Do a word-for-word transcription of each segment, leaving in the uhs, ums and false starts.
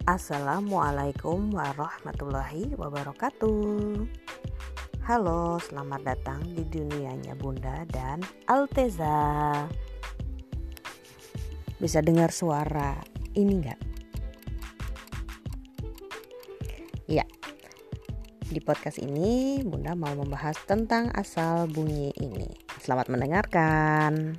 Assalamualaikum warahmatullahi wabarakatuh. Halo, selamat datang di dunianya Bunda dan Alteza. Bisa dengar suara ini enggak? Ya, di podcast ini Bunda mau membahas tentang asal bunyi ini. Selamat mendengarkan.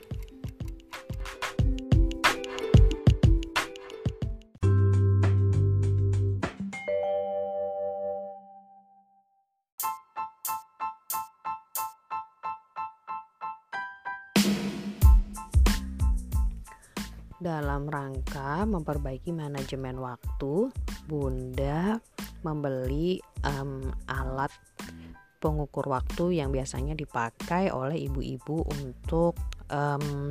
Dalam rangka memperbaiki manajemen waktu, Bunda membeli um, alat pengukur waktu yang biasanya dipakai oleh ibu-ibu untuk um,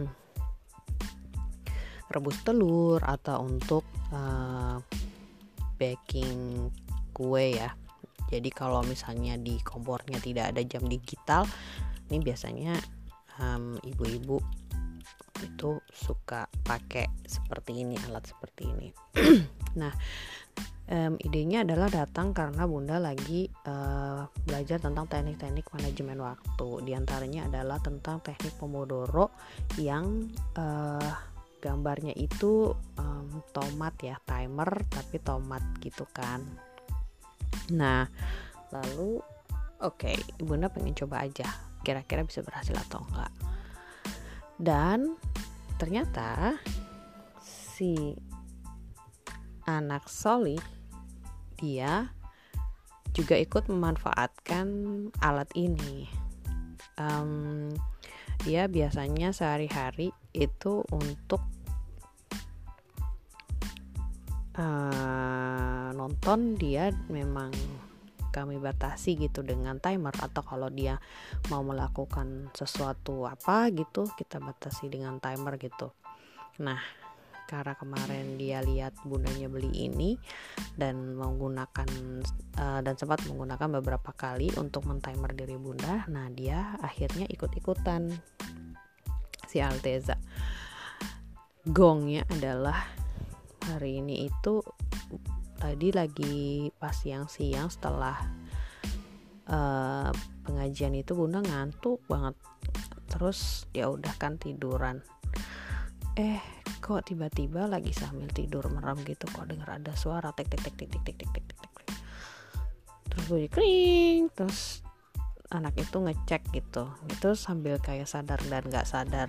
rebus telur atau untuk uh, baking kue ya. Jadi kalau misalnya di kompornya tidak ada jam digital, ini biasanya um, ibu-ibu itu suka pakai seperti ini, alat seperti ini. Nah, um, idenya adalah datang karena Bunda lagi uh, belajar tentang teknik-teknik manajemen waktu. Di antaranya adalah tentang teknik Pomodoro yang uh, gambarnya itu um, tomat ya, timer tapi tomat gitu kan. Nah, lalu oke, okay, Bunda pengen coba aja, kira-kira bisa berhasil atau enggak. Dan ternyata si anak Solih dia juga ikut memanfaatkan alat ini. Um, dia biasanya sehari-hari itu untuk uh, nonton, dia memang kami batasi gitu dengan timer, atau kalau dia mau melakukan sesuatu apa gitu kita batasi dengan timer gitu. Nah, karena kemarin dia lihat bundanya beli ini dan menggunakan uh, dan sempat menggunakan beberapa kali untuk men-timer diri Bunda, nah dia akhirnya ikut-ikutan si Alteza. Gongnya adalah hari ini itu tadi lagi pas siang-siang setelah uh, pengajian itu Bunda ngantuk banget, terus ya udah kan tiduran, eh kok tiba-tiba lagi sambil tidur merem gitu kok dengar ada suara tek tek tek tek tek tek tek tek tek, terus bunyi kring, terus anak itu ngecek gitu, itu sambil kayak sadar dan nggak sadar.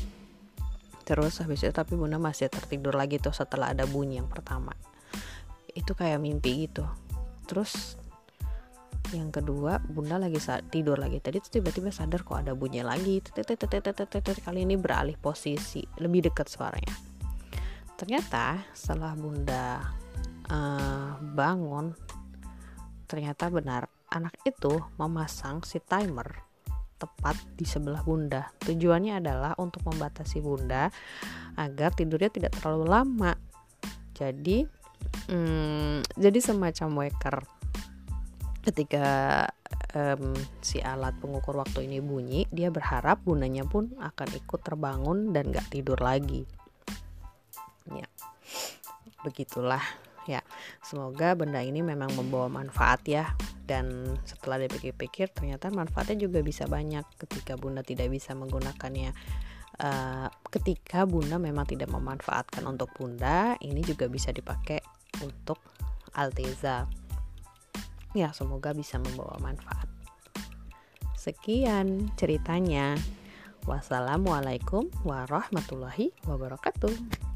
Terus habis itu tapi Bunda masih tertidur lagi tuh setelah ada bunyi yang pertama. Itu kayak mimpi gitu. Terus yang kedua Bunda lagi tidur lagi tadi, tiba-tiba sadar kok ada bunyi lagi. Kali ini beralih posisi, lebih dekat suaranya. Ternyata setelah Bunda uh, bangun, ternyata benar anak itu memasang si timer tepat di sebelah Bunda. Tujuannya adalah untuk membatasi Bunda agar tidurnya tidak terlalu lama. Jadi Hmm, jadi semacam waker. Ketika um, si alat pengukur waktu ini bunyi, dia berharap bundanya pun akan ikut terbangun dan gak tidur lagi. Ya, begitulah ya. Semoga benda ini memang membawa manfaat ya. Dan setelah dipikir-pikir ternyata manfaatnya juga bisa banyak ketika Bunda tidak bisa menggunakannya. Uh, ketika Bunda memang tidak memanfaatkan untuk Bunda, ini juga bisa dipakai untuk Alteza. Ya, semoga bisa membawa manfaat. Sekian ceritanya. Wassalamualaikum warahmatullahi wabarakatuh.